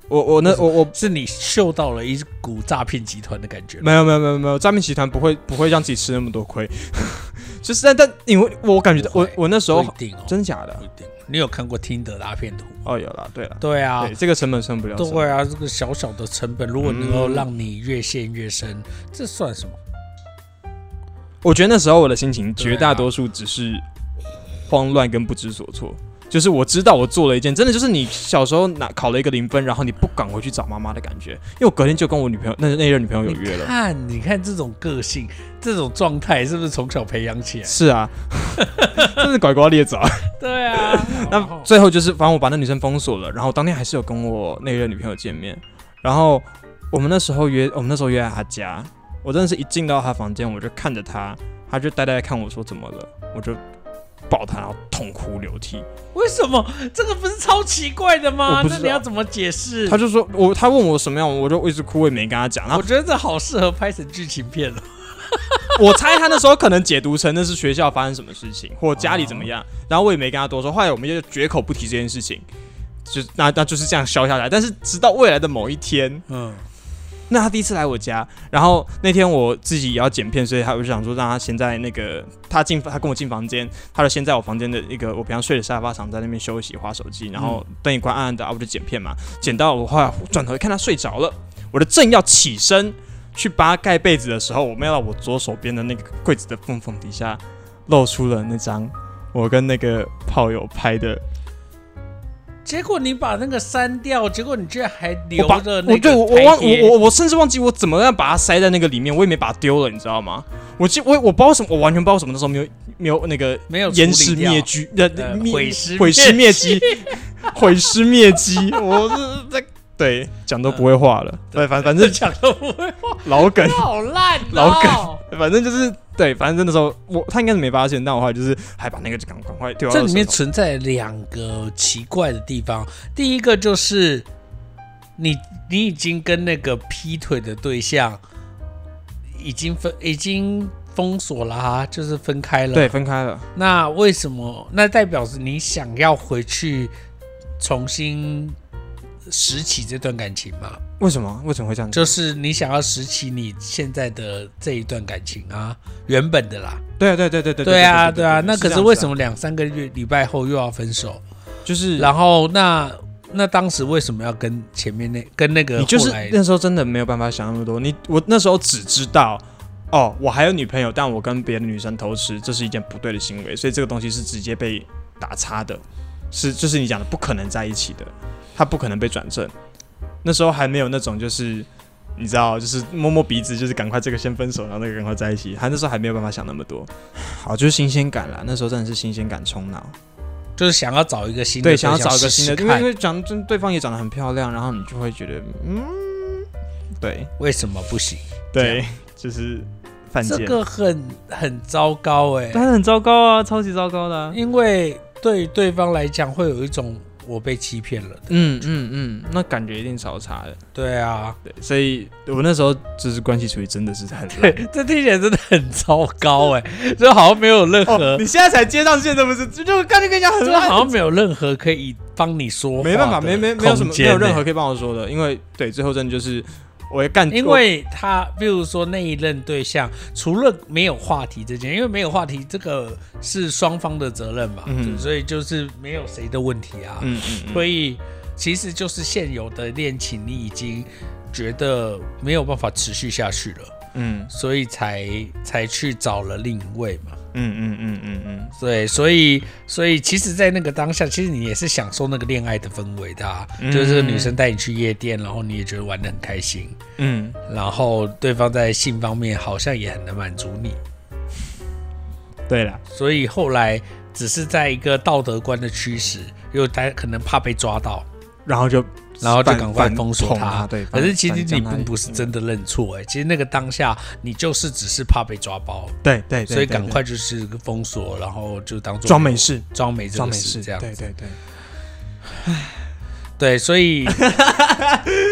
[SPEAKER 2] 我我那我我
[SPEAKER 1] 是你嗅到了一股诈骗集团的感觉。
[SPEAKER 2] 没有没有没有没有，诈骗集团不会不会让自己吃那么多亏，就是但但因为我感觉我我那时候
[SPEAKER 1] 不一定哦，
[SPEAKER 2] 真的假的？
[SPEAKER 1] 不一定。你有看过听的拉片图？
[SPEAKER 2] 哦，有啦，对了，
[SPEAKER 1] 对啊，
[SPEAKER 2] 对这个成本剩不了。
[SPEAKER 1] 对啊，这个小小的成本，如果能够让你越陷越深，嗯、这算什么？
[SPEAKER 2] 我觉得那时候我的心情绝大多数只是慌乱跟不知所措。就是我知道我做了一件真的就是你小时候拿考了一个零分，然后你不敢回去找妈妈的感觉。因为我隔天就跟我女朋友那那任女朋友有约了。
[SPEAKER 1] 你看，你看这种个性、这种状态，是不是从小培养起来？
[SPEAKER 2] 是啊，真是拐瓜裂枣。
[SPEAKER 1] 对啊。
[SPEAKER 2] 那最后就是，反正我把那女生封锁了，然后当天还是有跟我那任女朋友见面。然后我们那时候约，我们那时候约在她家。我真的是一进到她房间，我就看着她，她就呆呆看我说怎么了，我就抱她，然后痛哭流涕。
[SPEAKER 1] 为什么？这个不是超奇怪的吗？那你要怎么解释？
[SPEAKER 2] 他就说我，他问我什么样，我就一直哭，我也没跟他讲。
[SPEAKER 1] 我觉得这好适合拍成剧情片了。
[SPEAKER 2] 我猜他那时候可能解读成那是学校发生什么事情，或家里怎么样，然后我也没跟他多说。后来我们就绝口不提这件事情，就那那就是这样消下来。但是直到未来的某一天，嗯。那他第一次来我家，然后那天我自己也要剪片，所以他我就想说让他先在那个他进他跟我进房间，他就先在我房间的一个我平常睡的沙发上在那边休息滑手机，然后灯一关暗暗的，我就剪片嘛，剪到我后来转头看他睡着了，我就正要起身去帮他盖被子的时候，我没想到我左手边的那个柜子的缝缝底下露出了那张我跟那个炮友拍的。
[SPEAKER 1] 结果你把那个删掉，结果你居然还留着那个
[SPEAKER 2] 对，我我忘我我我甚至忘记我怎么样把它塞在那个里面，我也没把它丢了，你知道吗？我记我我不知道什么，我完全不知道什么那时候没有没有那个
[SPEAKER 1] 没有
[SPEAKER 2] 淹尸灭迹的
[SPEAKER 1] 毁尸
[SPEAKER 2] 毁尸灭迹毁尸灭迹，我是在对讲都不会话了，对，反反正
[SPEAKER 1] 讲都不会话，
[SPEAKER 2] 老梗
[SPEAKER 1] 好烂，
[SPEAKER 2] 老梗，反正就是。对，反正那时候我他应该是没发现，但我后来就是还把那个赶赶快丢到。
[SPEAKER 1] 这里面存在两个奇怪的地方，第一个就是你你已经跟那个劈腿的对象已经分已经封锁了啊，就是分开了。
[SPEAKER 2] 对，分开了。
[SPEAKER 1] 那为什么？那代表是你想要回去重新拾起这段感情吗？
[SPEAKER 2] 为什么？为什么会这样？
[SPEAKER 1] 就是你想要拾起你现在的这一段感情啊，原本的啦。
[SPEAKER 2] 对啊，对对对对
[SPEAKER 1] 对啊，对啊。那可是为什么两三个月礼拜后又要分手？
[SPEAKER 2] 就是，
[SPEAKER 1] 然后那那当时为什么要跟前面那跟那个？
[SPEAKER 2] 你就是那时候真的没有办法想那么多。你我那时候只知道，哦，我还有女朋友，但我跟别的女生偷吃，这是一件不对的行为，所以这个东西是直接被打叉的，是就是你讲的不可能在一起的，他不可能被转正。那时候还没有那种就是你知道，就是摸摸鼻子，就是赶快这个先分手，然后那个赶快在一起。他那时候还没有办法想那么多，好，就是新鲜感啦。那时候真的是新鲜感冲脑，
[SPEAKER 1] 就是想要找一个新的，
[SPEAKER 2] 对，想要找一个新的，
[SPEAKER 1] 试试
[SPEAKER 2] 因为因为长对方也长得很漂亮，然后你就会觉得，嗯，对，
[SPEAKER 1] 为什么不行？
[SPEAKER 2] 对，就是犯贱，
[SPEAKER 1] 这个很很糟糕哎、欸，
[SPEAKER 2] 当然很糟糕啊，超级糟糕的、啊，
[SPEAKER 1] 因为对对方来讲会有一种。我被欺骗了，
[SPEAKER 2] 嗯嗯嗯，那感觉一定超差的。
[SPEAKER 1] 对啊，
[SPEAKER 2] 对，所以我那时候就是关系处理真的是很烂，
[SPEAKER 1] 对，这听起来真的很糟糕哎、欸，就好像没有任何、
[SPEAKER 2] 哦，你现在才接上线，是不是？就刚才跟你讲很烂，
[SPEAKER 1] 好像没有任何可以帮你说话的，
[SPEAKER 2] 没办法，没没没有什么，没有任何可以帮我说的，因为对，最后真的就是我也干，
[SPEAKER 1] 因为他比如说那一任对象，除了没有话题这件，因为没有话题这个是双方的责任嘛，嗯、所以就是没有谁的问题啊，嗯嗯嗯，所以其实就是现有的恋情你已经觉得没有办法持续下去了，嗯，所以才才去找了另一位嘛。嗯嗯嗯嗯嗯，对，所以所以其实，在那个当下，其实你也是享受那个恋爱的氛围的、啊嗯，就是女生带你去夜店，然后你也觉得玩得很开心，嗯，然后对方在性方面好像也很能满足你，
[SPEAKER 2] 对啦，
[SPEAKER 1] 所以后来只是在一个道德观的驱使，因为他可能怕被抓到，
[SPEAKER 2] 然后就。
[SPEAKER 1] 然后就赶快封锁他，
[SPEAKER 2] 对。
[SPEAKER 1] 可是其实你并不是真的认错，哎，其实那个当下你就是只是怕被抓包，
[SPEAKER 2] 对对，
[SPEAKER 1] 所以赶快就是封锁，然后就当做
[SPEAKER 2] 装没事，
[SPEAKER 1] 装没这个事这样，
[SPEAKER 2] 对对对。
[SPEAKER 1] 对，所以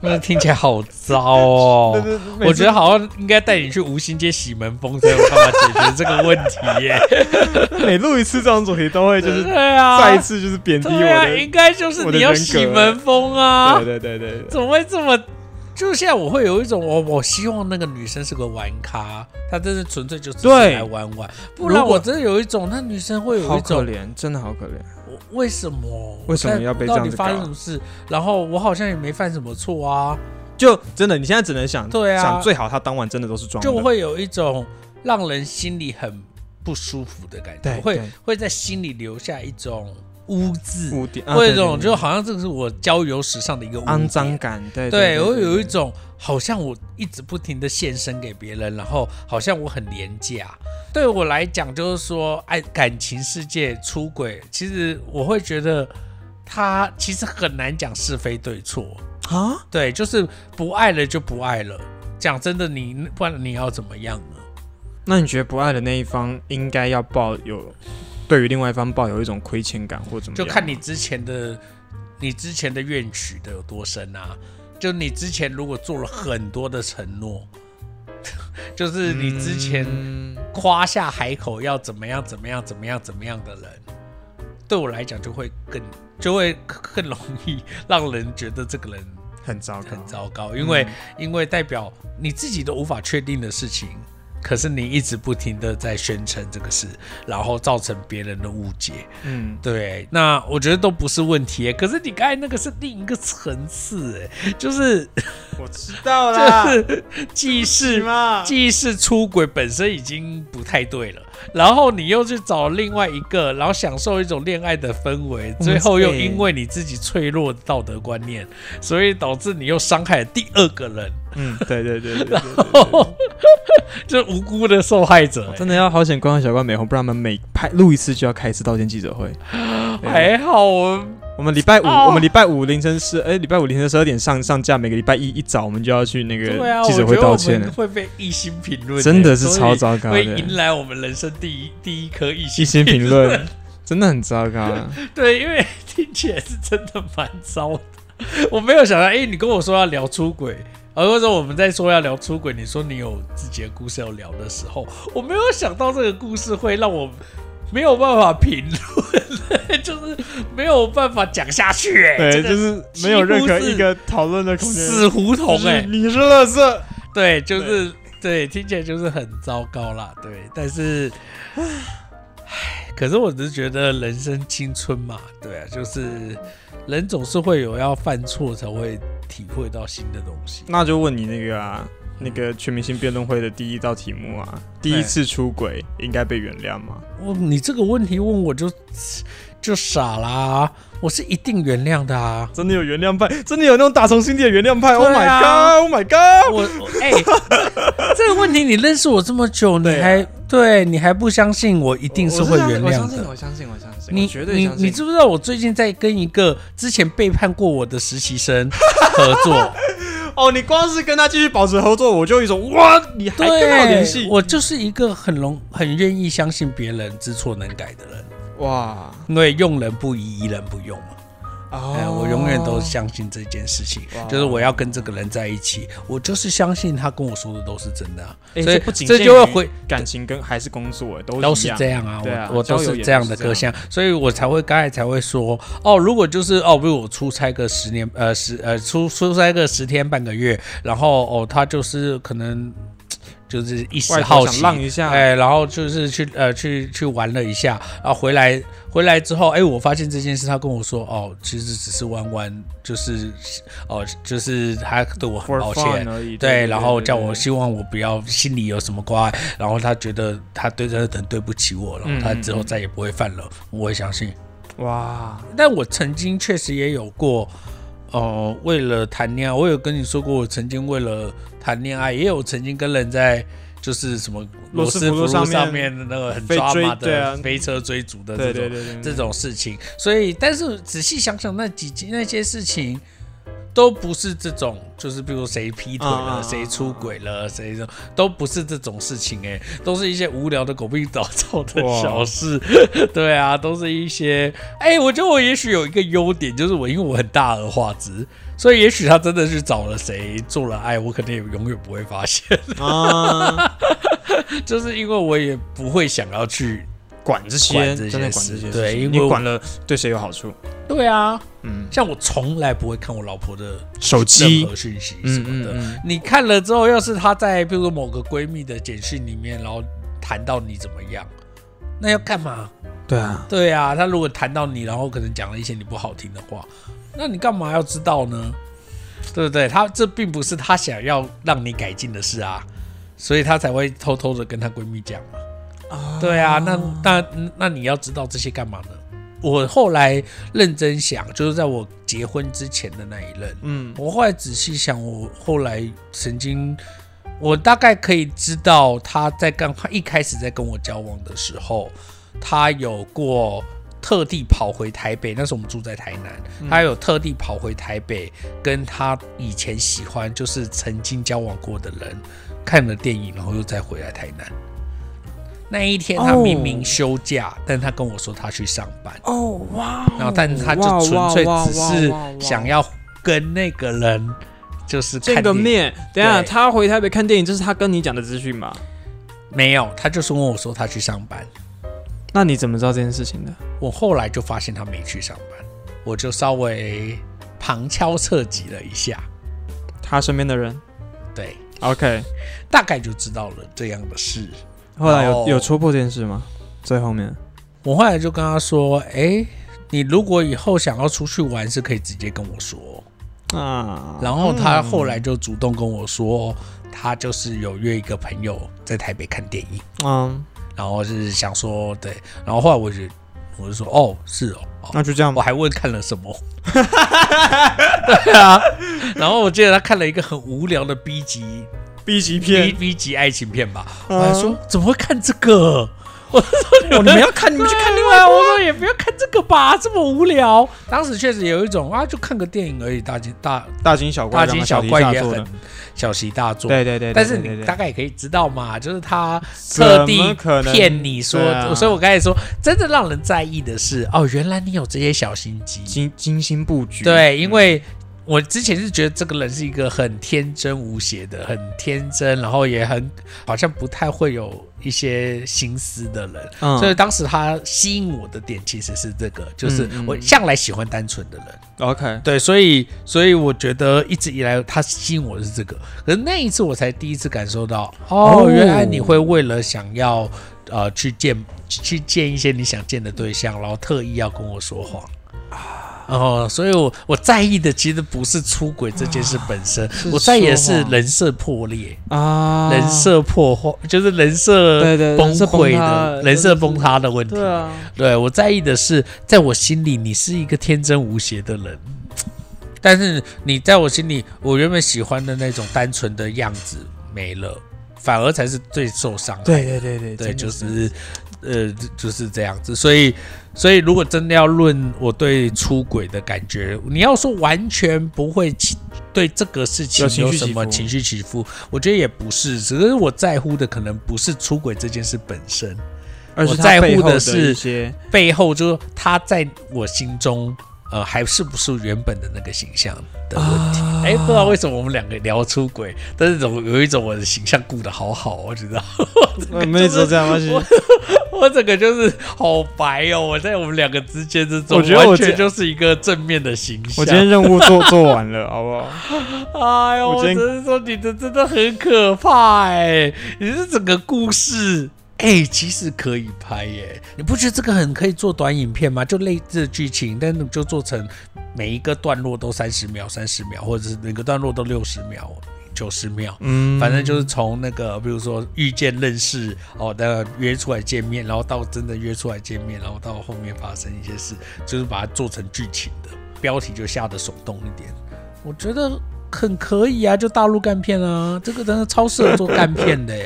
[SPEAKER 1] 那听起来好糟哦。对对对，我觉得好像应该带你去吴兴街洗门风，才有办法解决这个问题耶。
[SPEAKER 2] 每录一次这种主题，都会就是再一次就是贬低我的，
[SPEAKER 1] 啊、应该就是你要洗门风啊。
[SPEAKER 2] 对对对 对, 对，
[SPEAKER 1] 怎么会这么？就现在我会有一种我我希望那个女生是个玩咖，她真的纯粹就只是来玩玩，不然我真的有一种那女生会有一种
[SPEAKER 2] 好可怜，真的好可怜。
[SPEAKER 1] 我为什么？
[SPEAKER 2] 为什么要被这样子搞？
[SPEAKER 1] 到底发生什么事？然后我好像也没犯什么错啊，
[SPEAKER 2] 就真的你现在只能想，
[SPEAKER 1] 对啊，
[SPEAKER 2] 想最好她当晚真的都是装的，
[SPEAKER 1] 就会有一种让人心里很不舒服的感觉，会会在心里留下一种。污渍，或者一种就好像这个是我交友史上的一个
[SPEAKER 2] 肮脏感，对
[SPEAKER 1] 对，我有一种好像我一直不停的献身给别人，然后好像我很廉价。对我来讲，就是说，爱感情世界出轨，其实我会觉得他其实很难讲是非对错啊。对，就是不爱了就不爱了。讲真的，你不然你要怎么样呢？
[SPEAKER 2] 那你觉得不爱的那一方应该要抱有？对于另外一方抱有一种亏欠感或怎么样，
[SPEAKER 1] 就看你之前的你之前的怨曲的有多深啊。就你之前如果做了很多的承诺，就是你之前夸下海口要怎么样怎么样怎么样怎么样的人，对我来讲就会更就会更容易让人觉得这个人
[SPEAKER 2] 很糟糕，
[SPEAKER 1] 很糟糕，因为、嗯、因为代表你自己都无法确定的事情。可是你一直不停的在宣称这个事，然后造成别人的误解，嗯，对，那我觉得都不是问题耶。可是你刚才那个是另一个层次，哎，就是
[SPEAKER 2] 我知道啦，
[SPEAKER 1] 就是既是既是出轨本身已经不太对了，然后你又去找另外一个，然后享受一种恋爱的氛围，最后又因为你自己脆弱的道德观念，所以导致你又伤害了第二个人。
[SPEAKER 2] 嗯，对对对对对，
[SPEAKER 1] 然后就无辜的受害者、欸，
[SPEAKER 2] 真的要好险关小关美红，不然我们每拍录一次就要开一次道歉记者会。
[SPEAKER 1] 还好我
[SPEAKER 2] 我们礼拜五，哦、我们礼拜五凌晨十，哎，礼拜五凌晨十二点上上架，每个礼拜一一早我们就要去那个记者会道歉了。
[SPEAKER 1] 啊、会被一星评论、欸，
[SPEAKER 2] 真的是超糟糕的，
[SPEAKER 1] 会迎来我们人生第一第一颗一星
[SPEAKER 2] 一星评论，真的很糟糕、啊。
[SPEAKER 1] 对，因为听起来是真的蛮糟的。我没有想到，哎、欸，你跟我说要聊出轨。而或者我们在说要聊出轨，你说你有自己的故事要聊的时候，我没有想到这个故事会让我没有办法评论，就是没有办法讲下去、欸。
[SPEAKER 2] 对，就是没有任何一个讨论的空间，
[SPEAKER 1] 死胡同哎、欸，
[SPEAKER 2] 你是垃圾。
[SPEAKER 1] 对，就是对，听起来就是很糟糕啦。对，但是，唉，可是我只是觉得人生青春嘛，对啊，就是人总是会有要犯错才会。体会到新的东西，
[SPEAKER 2] 那就问你那个啊，那个全明星辩论会的第一道题目啊，第一次出轨应该被原谅吗？
[SPEAKER 1] 哦，你这个问题问我就就傻啦，我是一定原谅的啊！
[SPEAKER 2] 真的有原谅派，真的有那种打从心底的原谅派、啊、！Oh my god！Oh my god！
[SPEAKER 1] 我哎、欸，这个问题你认识我这么久，你还对你还不相信我一定是会原谅的？
[SPEAKER 2] 我相信，我相信，我相信，
[SPEAKER 1] 你
[SPEAKER 2] 我绝对相信。
[SPEAKER 1] 你你知不知道我最近在跟一个之前背叛过我的实习生合作？
[SPEAKER 2] 哦，你光是跟他继续保持合作，我就有一种哇，你还跟他联系？
[SPEAKER 1] 我就是一个很容很愿意相信别人知错能改的人。哇，因为用人不疑，疑人不用嘛。哦、哎，我永远都相信这件事情，就是我要跟这个人在一起，我就是相信他跟我说的都是真的、啊
[SPEAKER 2] 欸、
[SPEAKER 1] 所以
[SPEAKER 2] 不仅
[SPEAKER 1] 这就会回
[SPEAKER 2] 感情跟还是工作，都是
[SPEAKER 1] 都是这样啊，
[SPEAKER 2] 对啊，
[SPEAKER 1] 我我都是这样的个性，所以我才会刚才才会说哦，如果就是哦，比如我出差个十年呃十呃出出差个十天半个月，然后哦他就是可能。就是一时好奇，
[SPEAKER 2] 浪一下，
[SPEAKER 1] 哎，然后就是去呃去去玩了一下，然后回来回来之后，哎，我发现这件事，他跟我说，哦，其实只是玩玩，就是哦，就是他对我很抱歉
[SPEAKER 2] 而已，
[SPEAKER 1] 对，对然后叫我希望我不要心里有什么挂碍，然后他觉得他对这个人对不起我，然后他之后再也不会犯了，嗯、我会相信。哇！但我曾经确实也有过。哦、呃，为了谈恋爱，我有跟你说过，我曾经为了谈恋爱，也有曾经跟人在就是什么罗斯福路上面那个很抓马的飞车追逐的这种这种事情。所以，但是仔细想想那几那些事情， 都不是这种，就是比如谁劈腿了，谁、啊、出轨了，谁都不是这种事情、欸，哎，都是一些无聊的狗屁倒灶的小事。对啊，都是一些，哎、欸，我觉得我也许有一个优点，就是我因为我很大而化之，所以也许他真的去找了谁做了爱，我可能也永远不会发现。啊，就是因为我也不会想要去。
[SPEAKER 2] 管这些，
[SPEAKER 1] 管这些
[SPEAKER 2] 真的管这些，
[SPEAKER 1] 对，因为
[SPEAKER 2] 你管了对谁有好处？
[SPEAKER 1] 对啊，嗯，像我从来不会看我老婆的
[SPEAKER 2] 手机
[SPEAKER 1] 任何讯息什么的。
[SPEAKER 2] 嗯嗯嗯、
[SPEAKER 1] 你看了之后，要是她在比如说某个闺蜜的简讯里面，然后谈到你怎么样，那要干嘛？
[SPEAKER 2] 对啊，
[SPEAKER 1] 对啊，她如果谈到你，然后可能讲了一些你不好听的话，那你干嘛要知道呢？对不对？她这并不是她想要让你改进的事啊，所以她才会偷偷的跟她闺蜜讲嘛。对啊，那那那你要知道这些干嘛呢？我后来认真想，就是在我结婚之前的那一任，嗯，我后来仔细想，我后来曾经，我大概可以知道他在刚一开始在跟我交往的时候，他有过特地跑回台北，那时候我们住在台南，嗯、他有特地跑回台北，跟他以前喜欢，就是曾经交往过的人看了电影，然后又再回来台南。那一天他明明休假， oh. 但他跟我说他去上班。哦哇！然后，但他就纯粹只是想要跟那个人就是看
[SPEAKER 2] 见个面。等一下，他回台北看电影，这是他跟你讲的资讯吗？
[SPEAKER 1] 没有，他就是跟我说他去上班。
[SPEAKER 2] 那你怎么知道这件事情的？
[SPEAKER 1] 我后来就发现他没去上班，我就稍微旁敲侧击了一下
[SPEAKER 2] 他身边的人。
[SPEAKER 1] 对
[SPEAKER 2] ，OK，
[SPEAKER 1] 大概就知道了这样的事。
[SPEAKER 2] 后来有有戳破这件事吗？最后面，
[SPEAKER 1] 我后来就跟他说：“哎、欸，你如果以后想要出去玩，是可以直接跟我说啊。”然后他后来就主动跟我说，他就是有约一个朋友在台北看电影，嗯，然后是想说对，然后后来我就我就说哦是哦，
[SPEAKER 2] 那就这样吧。
[SPEAKER 1] 我还问看了什么，对啊，然后我记得他看了一个很无聊的 B 级。
[SPEAKER 2] B 级片
[SPEAKER 1] ，B B 级爱情片吧。嗯、我还说怎么会看这个？我说你们、
[SPEAKER 2] 哦、你们要看，你们去看另外一部、啊。
[SPEAKER 1] 我说也不要看这个吧，这么无聊。当时确实有一种啊，就看个电影而已，大惊大
[SPEAKER 2] 大惊小怪，
[SPEAKER 1] 大惊小怪也很小题大做。
[SPEAKER 2] 对对 对, 对, 对, 对, 对, 对, 对, 对。但
[SPEAKER 1] 是你大概也可以知道嘛，就是他特地骗你说，啊、所以我刚才说，真的让人在意的是，哦，原来你有这些小心机，
[SPEAKER 2] 精精心布局。
[SPEAKER 1] 对，因为。我之前是觉得这个人是一个很天真无邪的，很天真，然后也很好像不太会有一些心思的人，嗯、所以当时他吸引我的点其实是这个，就是我向来喜欢单纯的人。
[SPEAKER 2] OK，
[SPEAKER 1] 对，所以所以我觉得一直以来他吸引我的是这个，可是那一次我才第一次感受到，哦，原来你会为了想要呃去见去见一些你想见的对象，然后特意要跟我说谎。哦，所以我我在意的其实不是出轨这件事本身，我在意的是人设破裂啊，人设破坏，就是人设崩溃的，人设崩塌的问题。对啊，对我在意的是，在我心里你是一个天真无邪的人，但是你在我心里，我原本喜欢的那种单纯的样子没了，反而才是最受伤害的。
[SPEAKER 2] 对对对对，
[SPEAKER 1] 对，就是呃，就是这样子，所以。所以，如果真的要论我对出轨的感觉，你要说完全不会对这个事情有什么情绪起伏，我觉得也不是。只是我在乎的可能不是出轨这件事本身，
[SPEAKER 2] 而是
[SPEAKER 1] 我在乎的是背后，就是他在我心中，呃，还是不是原本的那个形象的问题。哎、啊欸，不知道为什么我们两个聊出轨，但是有一种我的形象顾得好好，我知道。
[SPEAKER 2] 我没说这样吗？
[SPEAKER 1] 我整个就是好白哦！我在我们两个之间这种，我觉得完全就是一个正面的形象。
[SPEAKER 2] 我今天任务做做完了，好不好？
[SPEAKER 1] 哎呦，我只是说你的真的很可怕哎！你是整个故事哎、欸，其实可以拍耶！你不觉得这个很可以做短影片吗？就类似的剧情，但是就做成每一个段落都三十秒、三十秒，或者是每个段落都六十秒。九十秒，嗯，反正就是从那个，比如说遇见、认识，哦，的约出来见面，然后到真的约出来见面，然后到后面发生一些事，就是把它做成剧情的，标题就下得耸动一点。我觉得很可以啊，就大陆干片啊，这个真的超适合做干片的耶。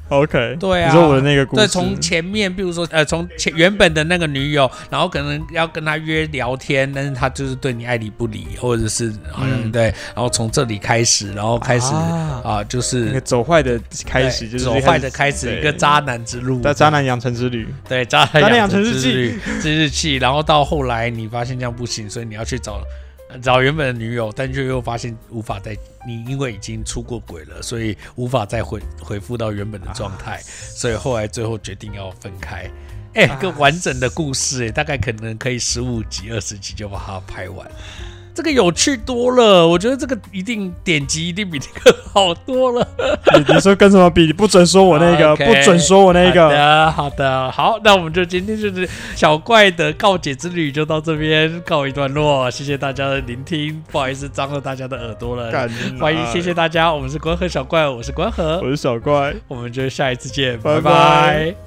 [SPEAKER 2] OK，
[SPEAKER 1] 对啊，
[SPEAKER 2] 你说我的那个故事，
[SPEAKER 1] 对，从前面，比如说，呃，从前原本的那个女友，然后可能要跟他约聊天，但是他就是对你爱理不理，或者是好像、嗯、对，然后从这里开始，然后开始啊、呃，就是
[SPEAKER 2] 那个走坏的开始，就是
[SPEAKER 1] 走坏的开始，一个渣男之路，
[SPEAKER 2] 渣男养成之旅，
[SPEAKER 1] 对，渣男养成之旅，之日记，然后到后来你发现这样不行，所以你要去找。找原本的女友，但却又发现无法再你因为已经出过轨了，所以无法再回恢复到原本的状态，啊、所以后来最后决定要分开。哎、欸，个完整的故事、欸，大概可能可以十五集、二十集就把它拍完。这个有趣多了，我觉得这个一定点击一定比那个好多了。
[SPEAKER 2] 你, 你说跟什么比？你不准说我那个， okay, 不准说我那个。
[SPEAKER 1] 好的，好的，好，那我们就今天就是小怪的告解之旅就到这边告一段落，谢谢大家的聆听，不好意思脏了大家的耳朵了，欢迎谢谢大家，我们是关河小怪，我是关河，
[SPEAKER 2] 我是小怪，
[SPEAKER 1] 我们就下一次见，
[SPEAKER 2] 拜拜。
[SPEAKER 1] 拜拜。